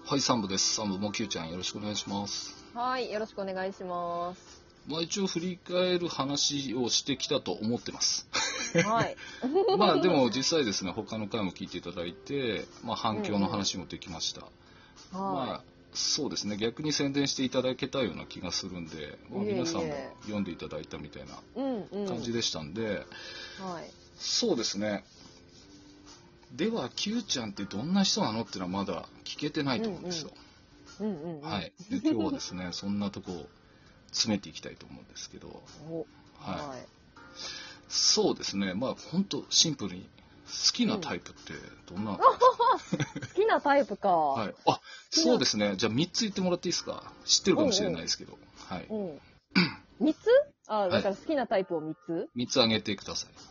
はい、3部です。3部も Q ちゃんよろしくお願いします。 はい、よろしくお願いします。 まあ一応振り返る話をしてきたと思ってます。 はい。 まあでも実際ですね、他の回も聞いていただいて、まあ反響の話もできました。まあそうですね、逆に宣伝していただけたような気がするんで、まあ、皆さんも読んでいただいたみたいな感じでしたんで、 はい、 そうですね。では Q ちゃんってどんな人なのっていうのはまだ聞けてないと思うんですよ。はい。で今日はですね、そんなとこを詰めていきたいと思うんですけど、はい。そうですね、まあ本当シンプルに好きなタイプってどんなのか好きなタイプか。 はい。あ、そうですね。じゃあ3つ言ってもらっていいですか。知ってるかもしれないですけど。はい。 3つ？あ、だから好きなタイプを3つ ？3つ挙げてください。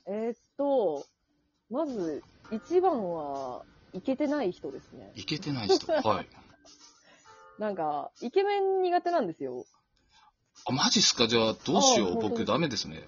まず1番はイケてない人ですね。 イケてない人。はい。 なんかイケメン苦手なんですよ。 あ、マジっすか。じゃあどうしよう。僕ダメですね。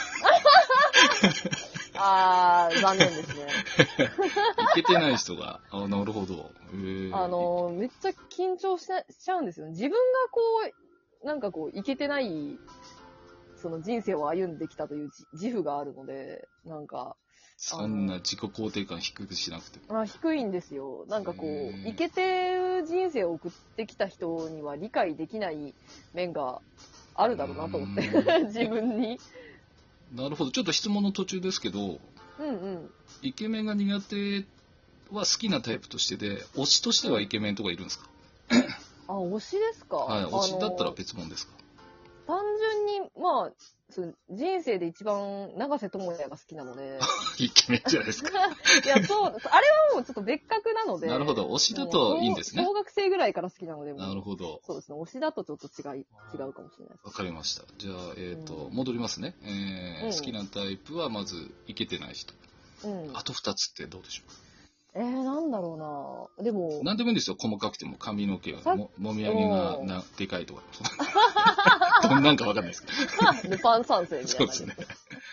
残念ですね。 イケてない人が。あ、なるほど。 めっちゃ緊張しちゃうんですよね。自分がなんかイケてない、その人生を歩んできたという自負があるので、なんか。 そんな自己肯定感低くしなくても。 低いんですよ。なんかイケてる人生を送ってきた人には理解できない面があるだろうなと思って、自分に。 なるほど。ちょっと質問の途中ですけど、イケメンが苦手は好きなタイプとしてで、推しとしてはイケメンとかいるんですか？ 推しですか？ はい、推しだったら別物ですか？ 単純に、まあ、人生で一番永瀬智也が好きなので。 イケメンじゃないですか。 いや、そう、あれはもうちょっと別格なので。 なるほど、推しだといいんですね。 小学生ぐらいから好きなので。 なるほど。 そうですね、推しだとちょっと違うかもしれないです。 わかりました。じゃあ、戻りますね。好きなタイプはまずイケてない人。あと2つってどうでしょう？ なんだろうな。でも。 何でもいいんですよ。細かくても髪の毛がもみあげがでかいとか。なんかわかんないですけど。 ルパン三世みたいな。そうですね。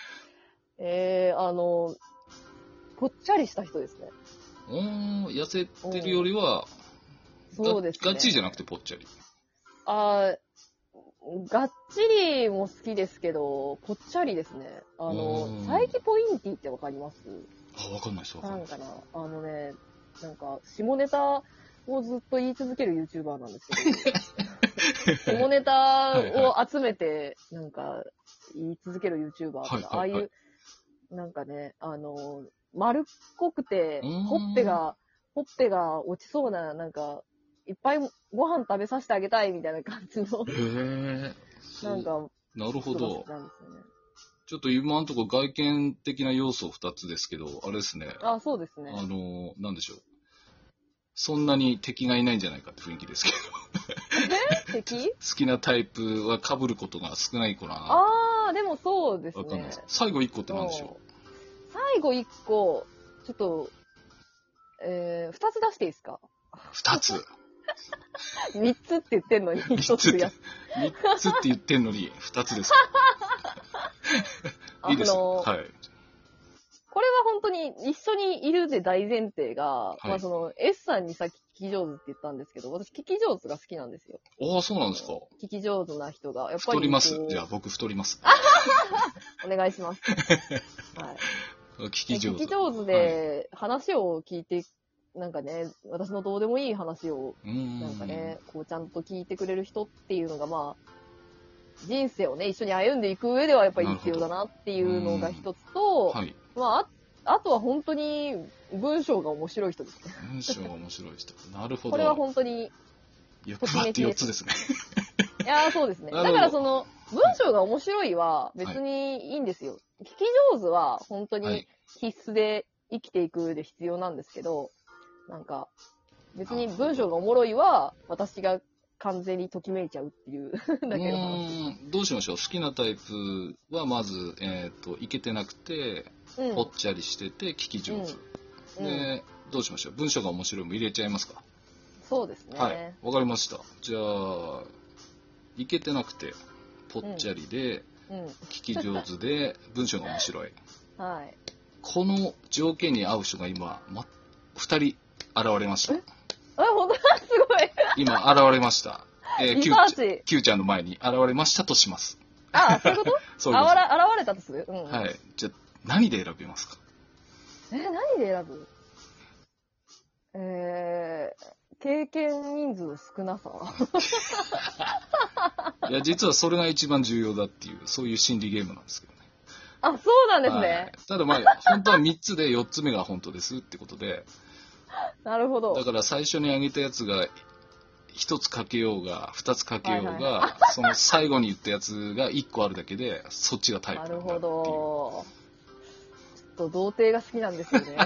ぽっちゃりした人ですね。 痩せてるよりは、 そうですね。 がっちりじゃなくてぽっちゃり。 がっちりも好きですけど、ぽっちゃりですね。佐伯ポインティってわかります？ わかんないです。 なんかな、なんか、下ネタをずっと言い続ける YouTuber なんですけど、下ネタを集めて、なんか、言い続ける YouTuber とか、ああいう、なんかね、丸っこくて、ほっぺが落ちそうな、なんか、いっぱいご飯食べさせてあげたいみたいな感じの、なんか、 なるほど。 なんですよね。 ちょっと今のところ外見的な要素2つですけど、あれですね。 そうですね。 なんでしょう。そんなに敵がいないんじゃないかって雰囲気ですけど。 敵？ 好きなタイプは被ることが少ない子な。 でもそうですね。 わかんないです。最後1個って何でしょう？ 最後1個、ちょっと、2つ出していいですか ？2つ。 3つって言ってんのに1つや。 3つって言ってんのに2つですか？いいですね。はい。 これは本当に一緒にいるで大前提が、S さんにさっき聞き上手って言ったんですけど、私聞き上手が好きなんですよ。 そうなんですか。 聞き上手な人が。やっぱり太ります。じゃあ僕太ります。 お願いします。はい。 聞き上手で話を聞いて、なんかね、私のどうでもいい話を、なんかね、ちゃんと聞いてくれる人っていうのが、まあ、人生をね、一緒に歩んでいく上ではやっぱり必要だなっていうのが一つと、あとは本当に文章が面白い人ですね。 文章が面白い人。なるほど。 これは本当に、 欲張って4つですね。 いやー、そうですね。だから文章が面白いは別にいいんですよ。聞き上手は本当に必須で生きていく上で必要なんですけど、なんか、別に文章がおもろいは私が完全にときめいちゃうっていうだけの話。 どうしましょう。好きなタイプはまず、イケてなくて、ぽっちゃりしてて、聞き上手。で、どうしましょう。文章が面白いも入れちゃいますか？ そうですね。 はい。わかりました。じゃあ、イケてなくて、ぽっちゃりで、聞き上手で、文章が面白い。 はい。 この条件に合う人が今、2人現れました。 本当だ、すごい。 今、現れました。 リサーチ。 Q ちゃんの前に現れましたとします。 あ、そういうことそういうこと。 現れたとする、うん、 はい。じゃあ、何で選びますか？ 何で選ぶ？経験人数少なさ。 いや、実はそれが一番重要だっていう、そういう心理ゲームなんですけどね。 あ、そうなんですね。 はい、ただまあ、本当は3つで4つ目が本当ですってことで。 なるほど。 だから最初に挙げたやつが1つかけようが、2つかけようが、はいはい、その最後に言ったやつが1個あるだけで、そっちがタイプなんだっていう。なるほど。 ちょっと童貞が好きなんですよね。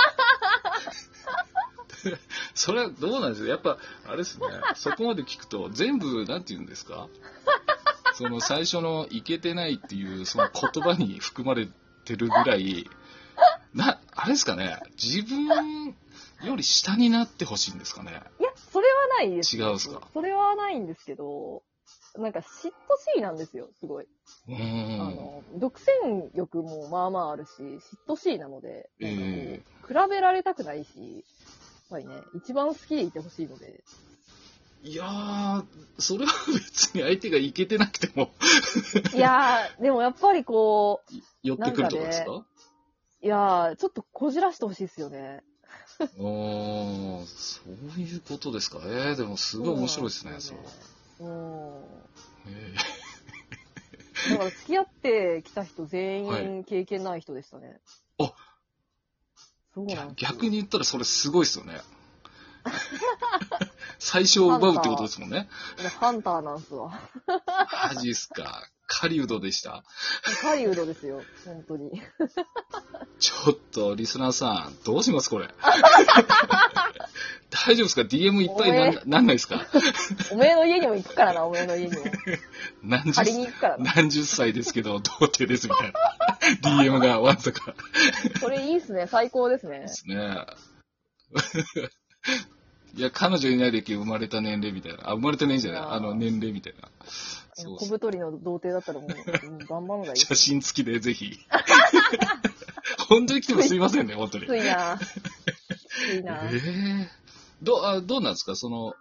それはどうなんですか？やっぱ、あれですね、そこまで聞くと、全部、なんて言うんですか？その最初のイケてないっていうその言葉に含まれてるぐらい、あれですかね、自分より下になってほしいんですかね。 いや、それはないです。 違うっすか？ それはないんですけど、なんか嫉妬しいなんですよ、すごい。独占欲もまあまああるし、嫉妬しいなので、比べられたくないし、やっぱりね、一番好きでいてほしいので。 いやー、それは別に相手がイケてなくても。 いやー、でもやっぱりこう、 寄ってくるとかですか？ いやー、ちょっとこじらしてほしいですよね。 そういうことですか。でもすごい面白いですね、それ。 だから付き合ってきた人全員経験ない人でしたね。 はい、 そうなんですよ。 逆に言ったらそれすごいですよね。最初を奪うってことですもんね。 ハンターなんすわ。 マジっすか。狩人でした。 狩人ですよ、本当に。 ちょっと、リスナーさん、どうしますこれ。大丈夫ですか？ DM いっぱいなんないですか？ おめえの家にも行くからな、おめえの家にも。借りに行くからな。 何十歳ですけど、童貞ですみたいな。DM がわざか。 それいいっすね、最高ですね。 ですね。いや、彼女いない歴生まれた年齢みたいな。生まれた年じゃない。年齢みたいな。 小太りの童貞だったらもう、頑張るのがいい。 写真付きでぜひ。本当に来てもすいませんね、本当に。 きついな。きついな。 どうなんですか？その、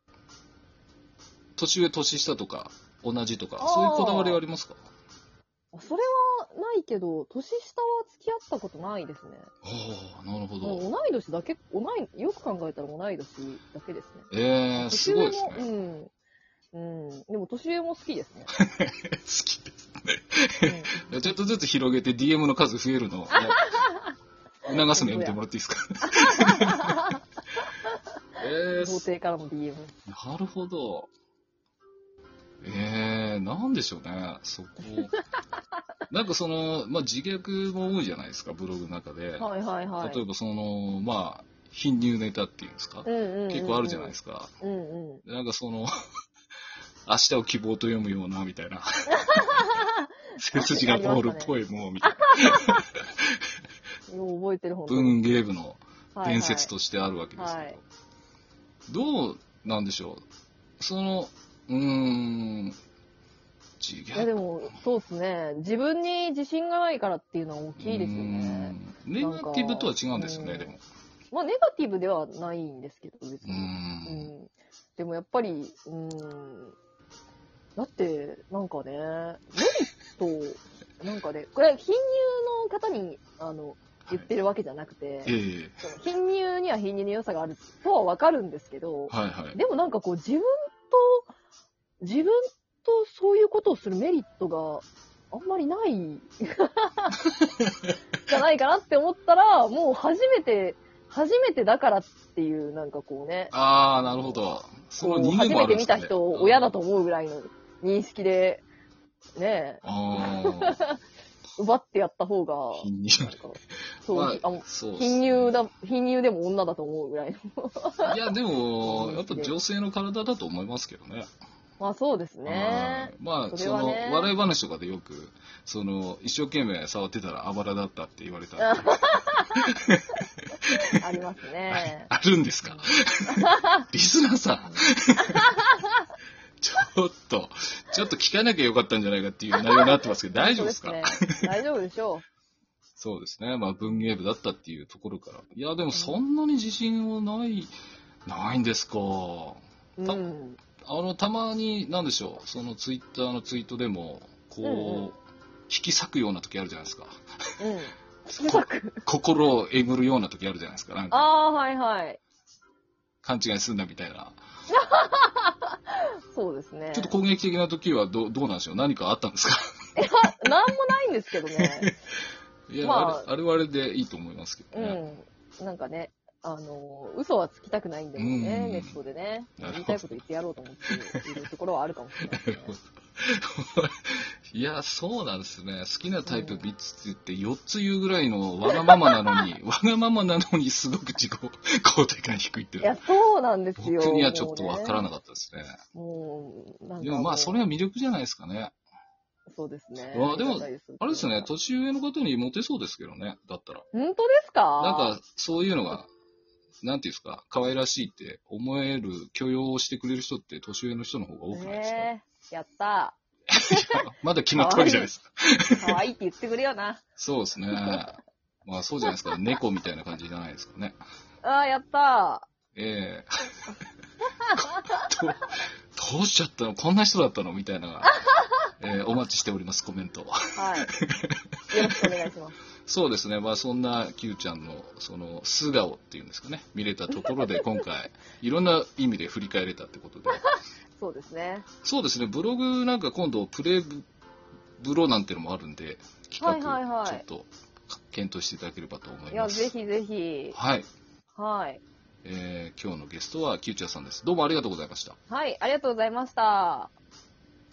年上、年下とか、同じとか、そういうこだわりはありますか？ それはないけど、年下は付き合ったことないですね。 ああ、なるほど。 同い年だけ、よく考えたら同い年だけですね。すごいですね。でも年上も好きですね。 好きですね。ちょっとずつ広げて DM の数増えるのを促すのやめてもらっていいですか？ 童貞からの DM。 なるほど。なんでしょうね、そこ。なんかその、自虐も多いじゃないですか、ブログの中で。 はいはいはい。 例えばその、貧乳ネタっていうんですか。結構あるじゃないですか。なんかその、明日を希望と読むような、みたいな。背筋が通るポエムを、みたいな。 よう覚えてる本当に。 文芸部の伝説としてあるわけですけど。どうなんでしょう。その、いやでも、そうっすね。自分に自信がないからっていうのは大きいですよね。 ネガティブとは違うんですよね、でも。 ネガティブではないんですけど、別に。でもやっぱり、だって、なんかね、メリット、なんかね、これ、貧乳の方に、言ってるわけじゃなくて、貧乳には貧乳の良さがあるとはわかるんですけど、でもなんかこう、自分とそういうことをするメリットがあんまりないじゃないかなって思ったら、もう初めてだからっていう、なんかこうね。 ああ、なるほど。 その初めて見た人を親だと思うぐらいの認識で、ね奪ってやった方が、貧乳でも女だと思うぐらいの。いや、でも、やっぱ女性の体だと思いますけどね。 そうですね。 その、笑い話とかでよく、一生懸命触ってたらあばらだったって言われた。 ありますね。 あるんですか？リスナーさん。ちょっと聞かなきゃよかったんじゃないかっていう内容になってますけど、大丈夫ですか？ 大丈夫でしょう。 そうですね。文芸部だったっていうところから。いや、でもそんなに自信はないないんですか。 うん。 たまに、なんでしょう、そのツイッターのツイートでも、こう、引き裂くような時あるじゃないですか。 うん。引き裂く。 心をえぐるような時あるじゃないですか。なんか、 はいはい。 勘違いすんなみたいな。 そうですね。 ちょっと攻撃的な時はどうなんでしょう。何かあったんですか？ なんもないんですけどね。 いや、 まあれはあれでいいと思いますけどね。 なんかね、嘘はつきたくないんでもね、ネットでね、言いたいこと言ってやろうと思っているところはあるかもしれないですね。 いや、そうなんですね。好きなタイプ3つって言って4つ言うぐらいのわがままなのに、わがままなのにすごく自己肯定感低いっていう。 いや、そうなんですよ。 僕にはちょっとわからなかったですね。 なんかでもまあ、それは魅力じゃないですかね。 そうですね。 でも、あれですよね、年上の方にモテそうですけどね、だったら。 本当ですか？ なんか、そういうのが、なんていうんですか、可愛らしいって思える許容をしてくれる人って年上の人の方が多くないですか？ やったまだ決まったわけじゃないですか。 可愛いって言ってくれよな。 そうですね。まあそうじゃないですか。猫みたいな感じじゃないですかね。 やったええどうしちゃったの？こんな人だったのみたいな、お待ちしております、コメント。 はい。よろしくお願いします。 そうですね。まあそんな Q ちゃんのその素顔っていうんですかね。見れたところで今回いろんな意味で振り返れたってことで。 そうですね。 そうですね。ブログなんか今度プレイブロなんていうのもあるんで、企画ちょっと検討していただければと思います。 いや、ぜひぜひ。 はい。 はい。 今日のゲストは Q ちゃんさんです。どうもありがとうございました。 はい、ありがとうございました。